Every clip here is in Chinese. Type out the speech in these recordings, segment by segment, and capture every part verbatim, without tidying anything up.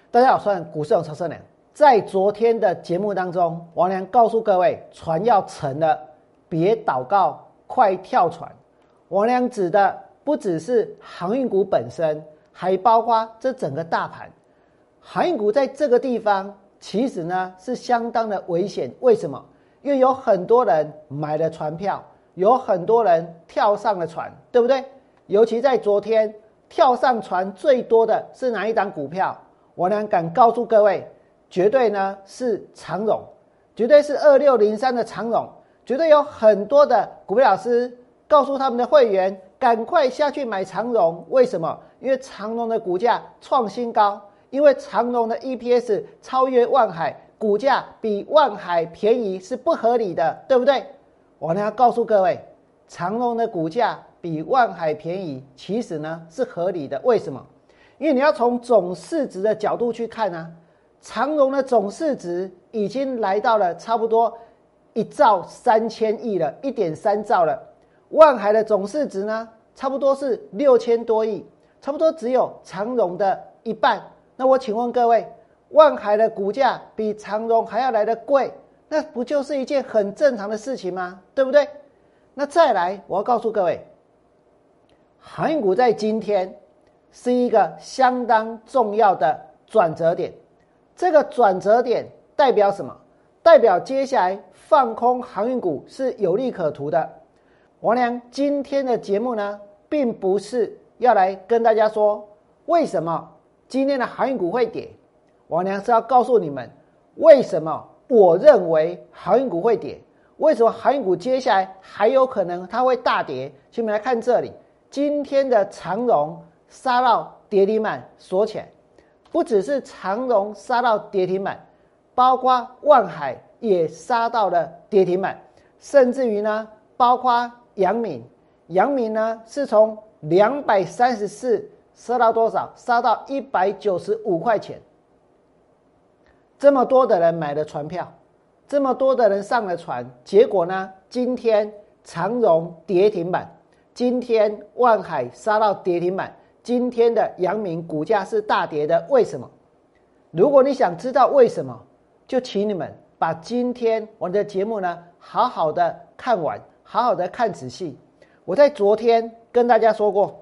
大家好，我是股市勇曹胜良。在昨天的节目当中，王良告诉各位，船要沉了，别祷告，快跳船。王良指的不只是航运股本身，还包括这整个大盘。航运股在这个地方其实呢是相当的危险。为什么？因为有很多人买了船票，有很多人跳上了船，对不对？尤其在昨天跳上船最多的是哪一档股票？我呢敢告诉各位，绝对呢是长荣，绝对是二六零三的长荣，绝对有很多的股票老师告诉他们的会员，赶快下去买长荣。为什么？因为长荣的股价创新高，因为长荣的 E P S 超越万海，股价比万海便宜是不合理的，对不对？我呢要告诉各位，长荣的股价比万海便宜，其实呢是合理的。为什么？因为你要从总市值的角度去看啊，长荣的总市值已经来到了差不多一兆三千亿了，一点三兆了。万海的总市值呢，差不多是六千多亿，差不多只有长荣的一半。那我请问各位，万海的股价比长荣还要来得贵，那不就是一件很正常的事情吗？对不对？那再来，我要告诉各位，航运股在今天是一个相当重要的转折点。这个转折点代表什么？代表接下来放空航运股是有利可图的。王良今天的节目呢，并不是要来跟大家说为什么今天的航运股会跌，王良是要告诉你们为什么我认为航运股会跌，为什么航运股接下来还有可能它会大跌。请我们来看这里，今天的长荣杀到跌停板锁起来，不只是长荣杀到跌停板，包括万海也杀到了跌停板，甚至于呢，包括阳明，阳明呢是从两百三十四杀到多少？杀到一百九十五块钱。这么多的人买了船票，这么多的人上了船，结果呢，今天长荣跌停板，今天万海杀到跌停板，今天的阳明股价是大跌的。为什么？如果你想知道为什么，就请你们把今天我的节目呢好好的看完，好好的看仔细。我在昨天跟大家说过，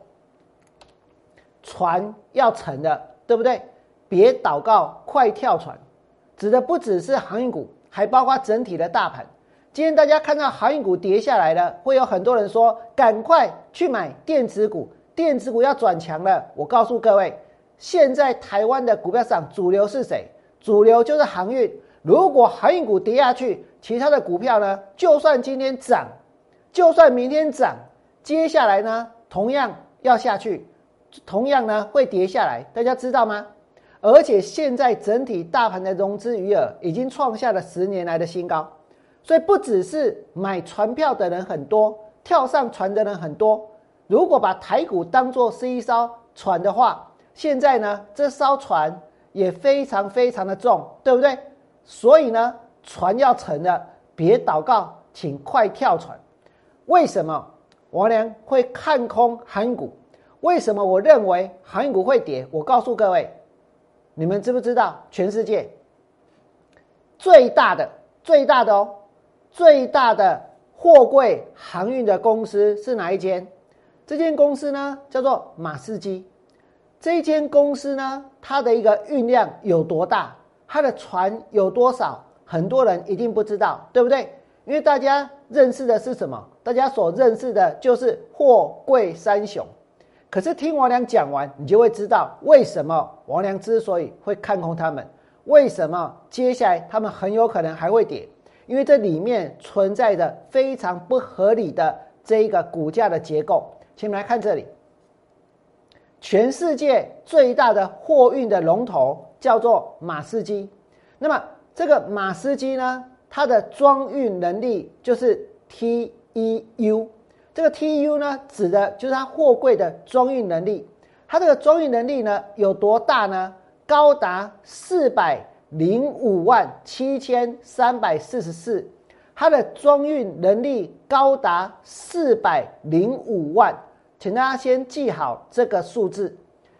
船要沉了，对不对？别祷告，快跳船。指的不只是航运股，还包括整体的大盘。今天大家看到航运股跌下来了，会有很多人说赶快去买电子股，电子股要转强了。我告诉各位，现在台湾的股票市场主流是谁？主流就是航运。如果航运股跌下去，其他的股票呢，就算今天涨，就算明天涨，接下来呢同样要下去，同样呢会跌下来，大家知道吗？而且现在整体大盘的融资余额已经创下了十年来的新高，所以不只是买船票的人很多，跳上船的人很多。如果把台股当作是一艘船的话，现在呢这艘船也非常非常的重，对不对？所以呢船要沉了，别祷告，请快跳船。为什么王良会看空航运股？为什么我认为航运股会跌？我告诉各位，你们知不知道全世界最大的最大的哦最大的货柜航运的公司是哪一间？这间公司呢叫做马士基。这一间公司呢，它的一个运量有多大，它的船有多少，很多人一定不知道，对不对？因为大家认识的是什么？大家所认识的就是货柜三雄。可是听王良讲完，你就会知道为什么王良之所以会看空他们，为什么接下来他们很有可能还会跌。因为这里面存在着非常不合理的这一个股价的结构。请我们来看这里，全世界最大的货运的龙头叫做马士基。那么这个马士基呢，它的装运能力就是 T E U。这个 T E U 呢，指的就是它货柜的装运能力。它这个装运能力呢，有多大呢？高达四百零五万七千三百四十四。它的装运能力高达四百零五万，请大家先记好这个数字。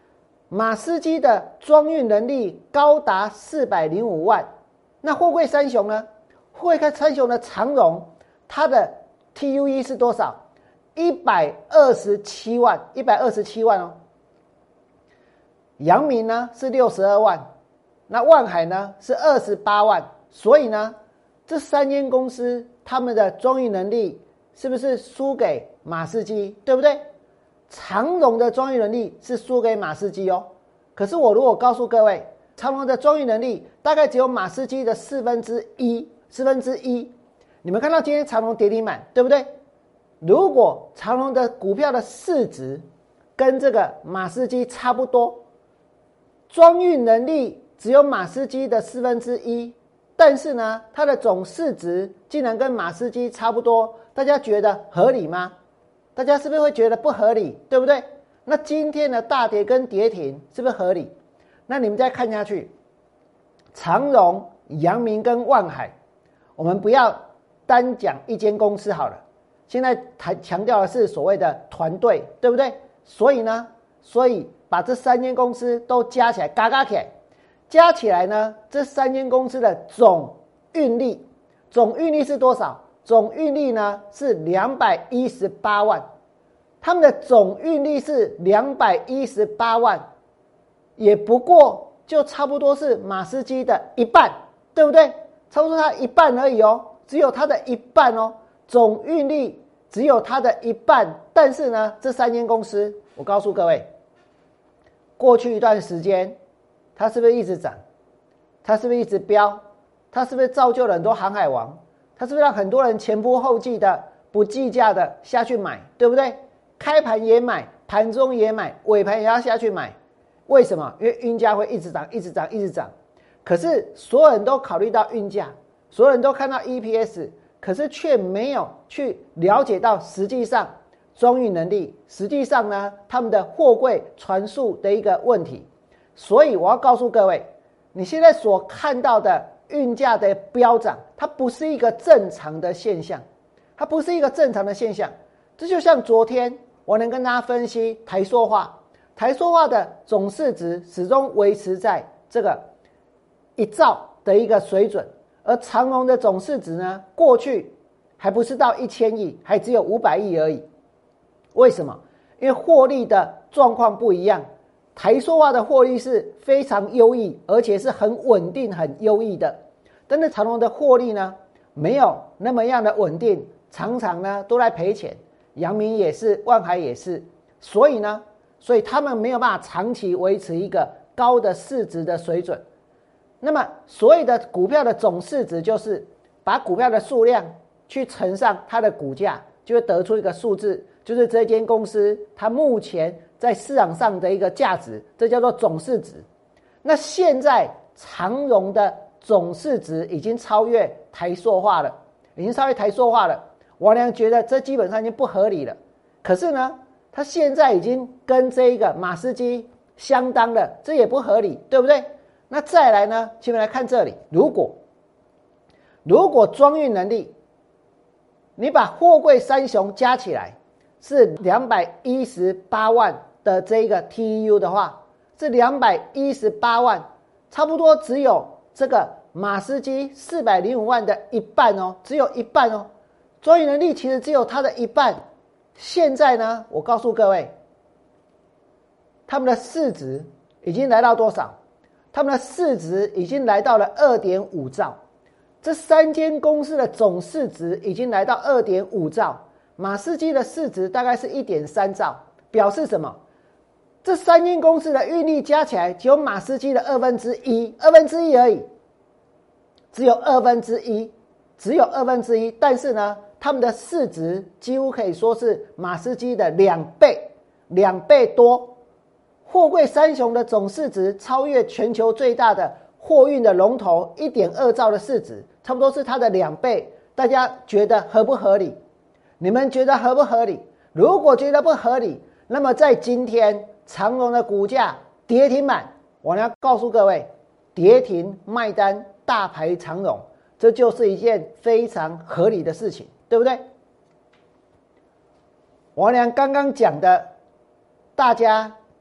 马士基的装运能力高达四百零五万，那货柜三雄呢？货柜三雄的长荣，它的 T U E 是多少？一百二十七万，一百二十七万哦。阳明呢是六十二万，那万海呢是二十八万，所以呢，这三间公司他们的装运能力是不是输给马士基？对不对？长荣的装运能力是输给马士基哦。可是我如果告诉各位，长荣的装运能力大概只有马士基的四分之一，四分之一。你们看到今天长荣跌停板，对不对？如果长荣的股票的市值跟这个马士基差不多，装运能力只有马士基的四分之一，但是呢，它的总市值竟然跟马士基差不多，大家觉得合理吗？大家是不是会觉得不合理，对不对？那今天的大跌跟跌停是不是合理？那你们再看下去，长荣、阳明跟万海，我们不要单讲一间公司好了。现在谈强调的是所谓的团队，对不对？所以呢，所以把这三间公司都加起来，嘎嘎起来，加起来呢，这三间公司的总运力，总运力是多少？总运力呢是两百一十八万，他们的总运力是两百一十八万，也不过就差不多是马士基的一半，对不对？差不多它一半而已哦，只有它的一半哦。总运力只有它的一半，但是呢，这三间公司，我告诉各位，过去一段时间，它是不是一直涨？它是不是一直飙？它是不是造就了很多航海王？它是不是让很多人前仆后继的、不计价的下去买，对不对？开盘也买，盘中也买，尾盘也要下去买。为什么？因为运价会一直涨，一直涨，一直涨。可是所有人都考虑到运价，所有人都看到 E P S。可是却没有去了解到实际上装运能力，实际上呢他们的货柜船速的一个问题。所以我要告诉各位，你现在所看到的运价的飙涨，它不是一个正常的现象，它不是一个正常的现象。这就像昨天我能跟大家分析台塑化，台塑化的总市值始终维持在这个一兆的一个水准。而长荣的总市值呢，过去还不是到一千亿，还只有五百亿而已。为什么？因为获利的状况不一样。台塑化的获利是非常优异，而且是很稳定、很优异的。但是长荣的获利呢，没有那么样的稳定，常常呢都在赔钱。阳明也是，万海也是。所以呢，所以他们没有办法长期维持一个高的市值的水准。那么所谓的股票的总市值，就是把股票的数量去乘上它的股价，就会得出一个数字，就是这间公司它目前在市场上的一个价值，这叫做总市值。那现在长荣的总市值已经超越台塑化了，已经超越台塑化了。王良觉得这基本上已经不合理了。可是呢，它现在已经跟这一个马士基相当了，这也不合理，对不对？那再来呢，请我们来看这里，如果如果装运能力，你把货柜三雄加起来是两百一十八万的这个 T U 的话，是两百一十八万，差不多只有这个马士基四百零五万的一半哦，只有一半哦。装运能力其实只有它的一半。现在呢，我告诉各位，他们的市值已经来到多少？他们的市值已经来到了 二点五兆，这三间公司的总市值已经来到 二点五兆，马士基的市值大概是 一点三兆，表示什么？这三间公司的运力加起来只有马士基的二分之一，二分之一而已，只有二分之一，只有二分之一，但是呢，他们的市值几乎可以说是马士基的两倍，两倍多。货柜三雄的总市值超越全球最大的货运的龙头 一点二兆的市值，差不多是它的两倍。大家觉得合不合理？你们觉得合不合理？如果觉得不合理，那么在今天长荣的股价跌停板，我要告诉各位，跌停卖单大排长荣，这就是一件非常合理的事情，对不对？王良刚刚讲的，大家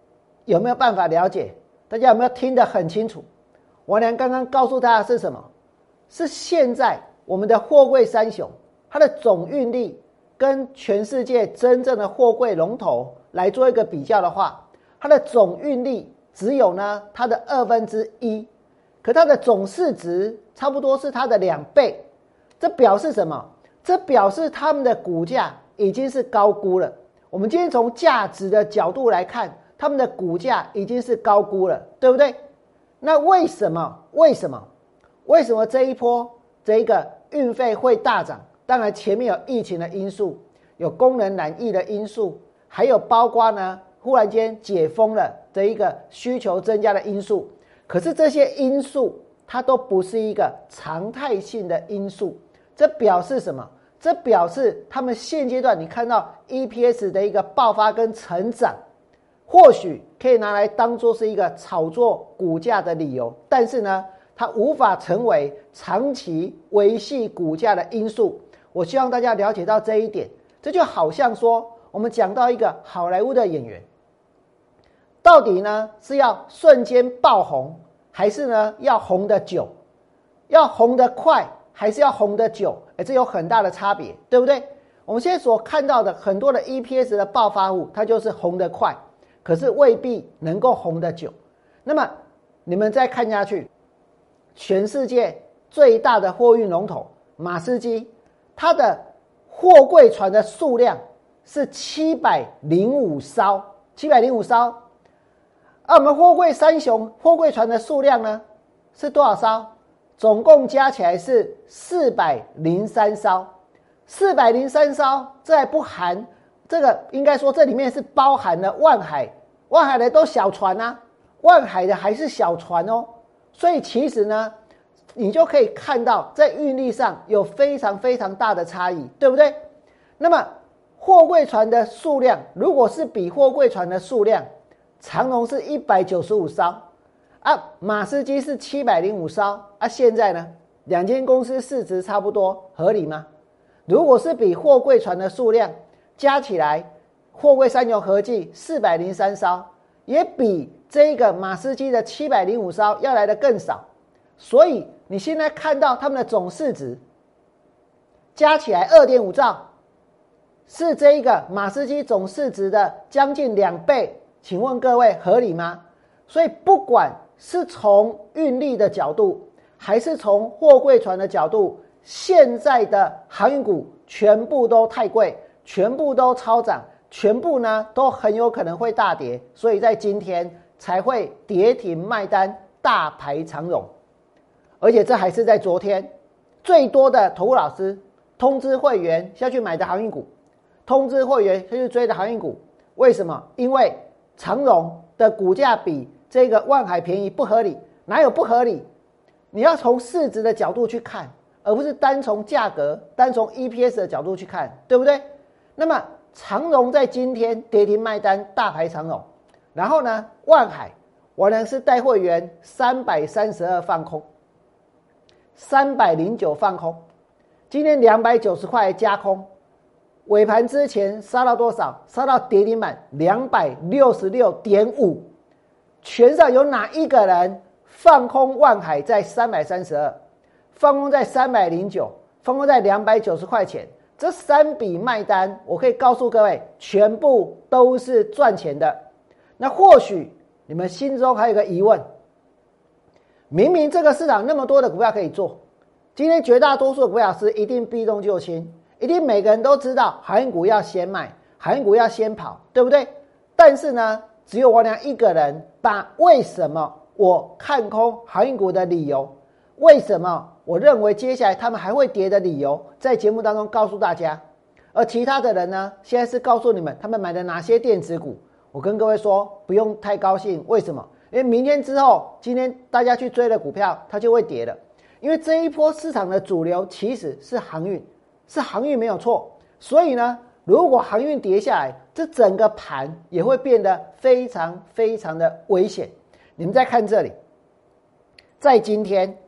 有没有办法了解？大家有没有听得很清楚？王良刚刚告诉大家是什么？是现在我们的货柜三雄，它的总运力跟全世界真正的货柜龙头来做一个比较的话，它的总运力只有呢它的二分之一，可它的总市值差不多是它的两倍。这表示什么？这表示他们的股价已经是高估了。我们今天从价值的角度来看，他们的股价已经是高估了，对不对？那为什么？为什么？为什么这一波这一个运费会大涨？当然前面有疫情的因素，有功能染疫的因素，还有包括呢忽然间解封了这一个需求增加的因素。可是这些因素它都不是一个常态性的因素。这表示什么？这表示他们现阶段你看到 E P S 的一个爆发跟成长，或许可以拿来当作是一个炒作股价的理由，但是呢它无法成为长期维系股价的因素。我希望大家了解到这一点。这就好像说我们讲到一个好莱坞的演员，到底呢是要瞬间爆红，还是呢要红的久？要红的快还是要红的久？哎，这有很大的差别，对不对？我们现在所看到的很多的 E P S 的暴发户，它就是红的快，可是未必能够红的久。那么你们再看下去，全世界最大的货运龙头马士基，它的货柜船的数量是七百零五艘，七百零五艘。而我们货柜三雄货柜船的数量呢是多少艘？总共加起来是四百零三艘。四百零三艘，这还不含这个，应该说这里面是包含了万海，万海的都小船啊，万海的还是小船哦。所以其实呢，你就可以看到在运力上有非常非常大的差异，对不对？那么货柜船的数量，如果是比货柜船的数量，长荣是一百九十五艘啊，马士基是七百零五艘啊，现在呢，两间公司市值差不多，合理吗？如果是比货柜船的数量加起来，货柜三雄合计四百零三艘，也比这个马士基的七百零五艘要来的更少。所以你现在看到他们的总市值加起来 二点五兆，是这一个马士基总市值的将近两倍，请问各位合理吗？所以不管是从运力的角度，还是从货柜船的角度，现在的航运股全部都太贵，全部都超涨，全部呢都很有可能会大跌，所以在今天才会跌停卖单大排长荣。而且这还是在昨天，最多的投顾老师通知会员下去买的航运股，通知会员下去追的航运股。为什么？因为长荣的股价比这个万海便宜，不合理。哪有不合理？你要从市值的角度去看，而不是单从价格、单从 E P S 的角度去看，对不对？那么长荣在今天跌停卖单大排长荣，然后呢，万海我呢是带会员三百三十二放空，三百零九放空，今天两百九十块加空，尾盘之前杀到多少？杀到跌停板两百六十六点五。全上有哪一个人放空万海在三百三十二，放空在三百零九，放空在两百九十块钱？这三笔卖单，我可以告诉各位，全部都是赚钱的。那或许你们心中还有个疑问，明明这个市场那么多的股票可以做，今天绝大多数的股票是一定避重就轻，一定每个人都知道航运股要先卖，航运股要先跑，对不对？但是呢，只有王良一个人把为什么我看空航运股的理由，为什么我认为接下来他们还会跌的理由，在节目当中告诉大家。而其他的人呢，现在是告诉你们他们买的哪些电子股。我跟各位说，不用太高兴。为什么？因为明天之后，今天大家去追的股票，它就会跌了。因为这一波市场的主流其实是航运，是航运没有错。所以呢，如果航运跌下来，这整个盘也会变得非常非常的危险。你们再看这里，在今天，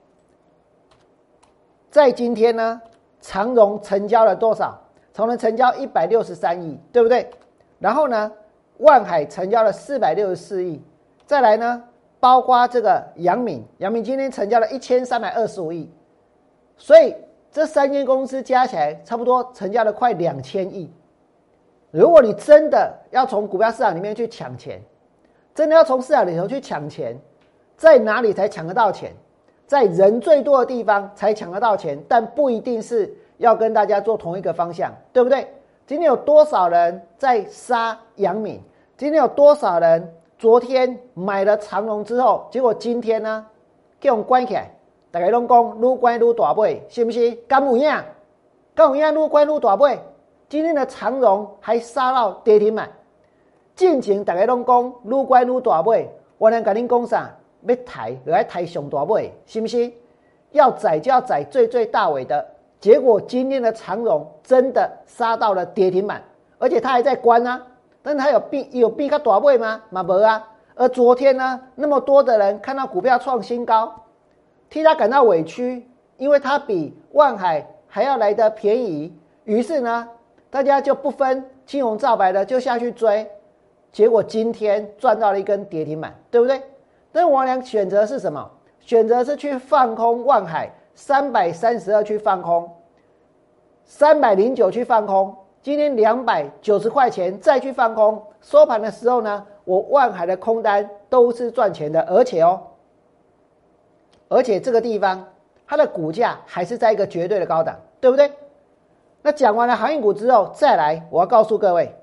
在今天呢，长荣成交了多少？长荣成交一百六十三亿，对不对？然后呢，万海成交了四百六十四亿， 再来呢，包括这个阳明，阳明今天成交了一千三百二十五亿，所以这三间公司加起来差不多成交了快两千亿。如果你真的要从股票市场里面去抢钱，真的要从市场里头去抢钱，在哪里才抢得到钱？在人最多的地方才抢得到钱，但不一定是要跟大家做同一个方向，对不对？今天有多少人在杀阳明？今天有多少人昨天买了长荣之后，结果今天呢，给我们关起来，大家都讲愈关愈大买，是不是？敢有影？敢有影愈关愈大买？今天的长荣还杀到跌停板，进前大家都讲愈关愈大买，我能跟您讲啥？要抬就要抬上大尾，是不是？要宰就要宰最最大尾的。结果今天的长荣真的杀到了跌停板，而且它还在关啊。但是它有比有比它大尾吗？嘛没啊。而昨天呢，那么多的人看到股票创新高，替他感到委屈，因为它比万海还要来得便宜。于是呢，大家就不分青红皂白的就下去追，结果今天赚到了一根跌停板，对不对？但是王良选择是什么？选择是去放空万海三百三十二去放空，三百零九去放空，今天两百九十块钱再去放空，收盘的时候呢，我万海的空单都是赚钱的，而且哦，而且这个地方它的股价还是在一个绝对的高档，对不对？那讲完了航运股之后，再来我要告诉各位，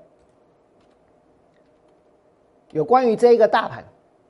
有关于这一个大盘。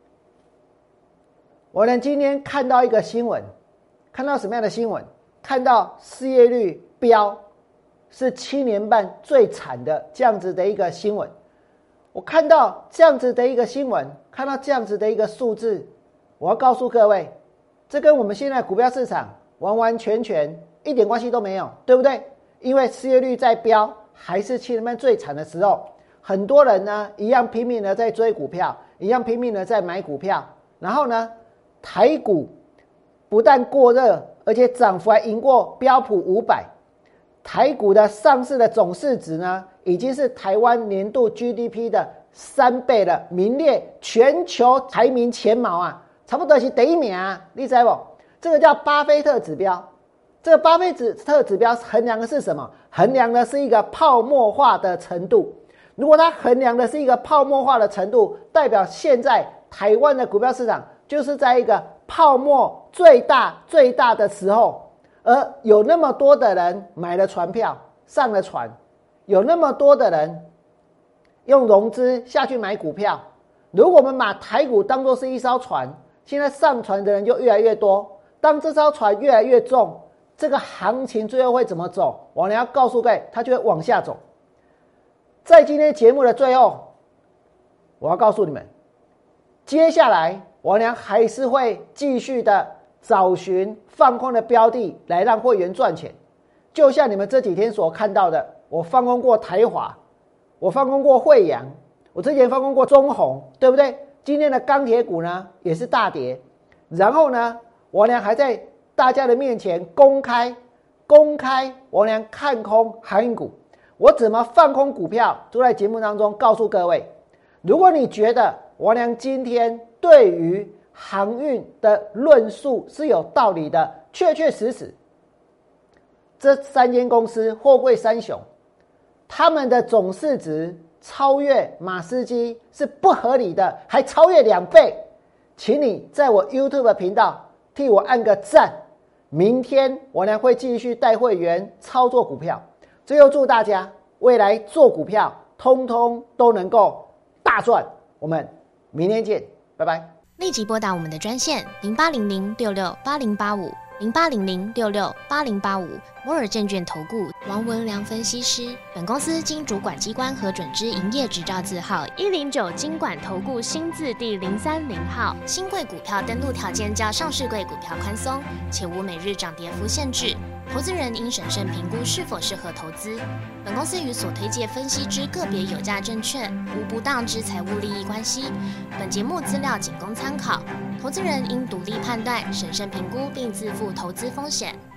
我呢今天看到一个新闻，看到什么样的新闻？看到失业率飙是七年半最惨的这样子的一个新闻。我看到这样子的一个新闻，看到这样子的一个数字，我要告诉各位，这跟我们现在股票市场完完全全一点关系都没有，对不对？因为失业率在飙，还是七年半最惨的时候，很多人呢一样拼命的在追股票，一样拼命的在买股票，然后呢台股不但过热，而且涨幅还赢过标普五百。台股的上市的总市值呢，已经是台湾年度 G D P 的三倍了，名列全球排名前茅啊，差不多是第一名啊，你知道不？这个叫巴菲特指标。这个巴菲特指标衡量的是什么？衡量的是一个泡沫化的程度。如果它衡量的是一个泡沫化的程度，代表现在台湾的股票市场就是在一个泡沫最大最大的时候，而有那么多的人买了船票上了船，有那么多的人用融资下去买股票。如果我们把台股当作是一艘船，现在上船的人就越来越多，当这艘船越来越重，这个行情最后会怎么走？我要告诉各位，它就会往下走。在今天节目的最后，我要告诉你们，接下来王良还是会继续的找寻放空的标的来让会员赚钱。就像你们这几天所看到的，我放空过台华，我放空过慧洋，我之前放空过中鸿，对不对？今天的钢铁股呢也是大跌，然后呢王良还在大家的面前公开公开王良看空航运股。我怎么放空股票都在节目当中告诉各位。如果你觉得王良今天对于航运的论述是有道理的，确确实实这三间公司货柜三雄他们的总市值超越马士基是不合理的，还超越两倍，请你在我 YouTube 频道替我按个赞。明天我呢会继续带会员操作股票。最后祝大家未来做股票通通都能够大赚。我们明天见，拜拜。 立即拨打我们的专线零八零零六六八零八五零八零零六六八零八五摩尔证券投顾王文良分析师。本公司经主管机关核准之营业执照字号一零九金管投顾新字第零三零号。新贵股票登录条件较上市贵股票宽松，且无每日涨跌幅限制。投资人应审慎评估是否适合投资。本公司与所推介分析之个别有价证券无不当之财务利益关系。本节目资料仅供参考，投资人应独立判断、审慎评估并自负投资风险。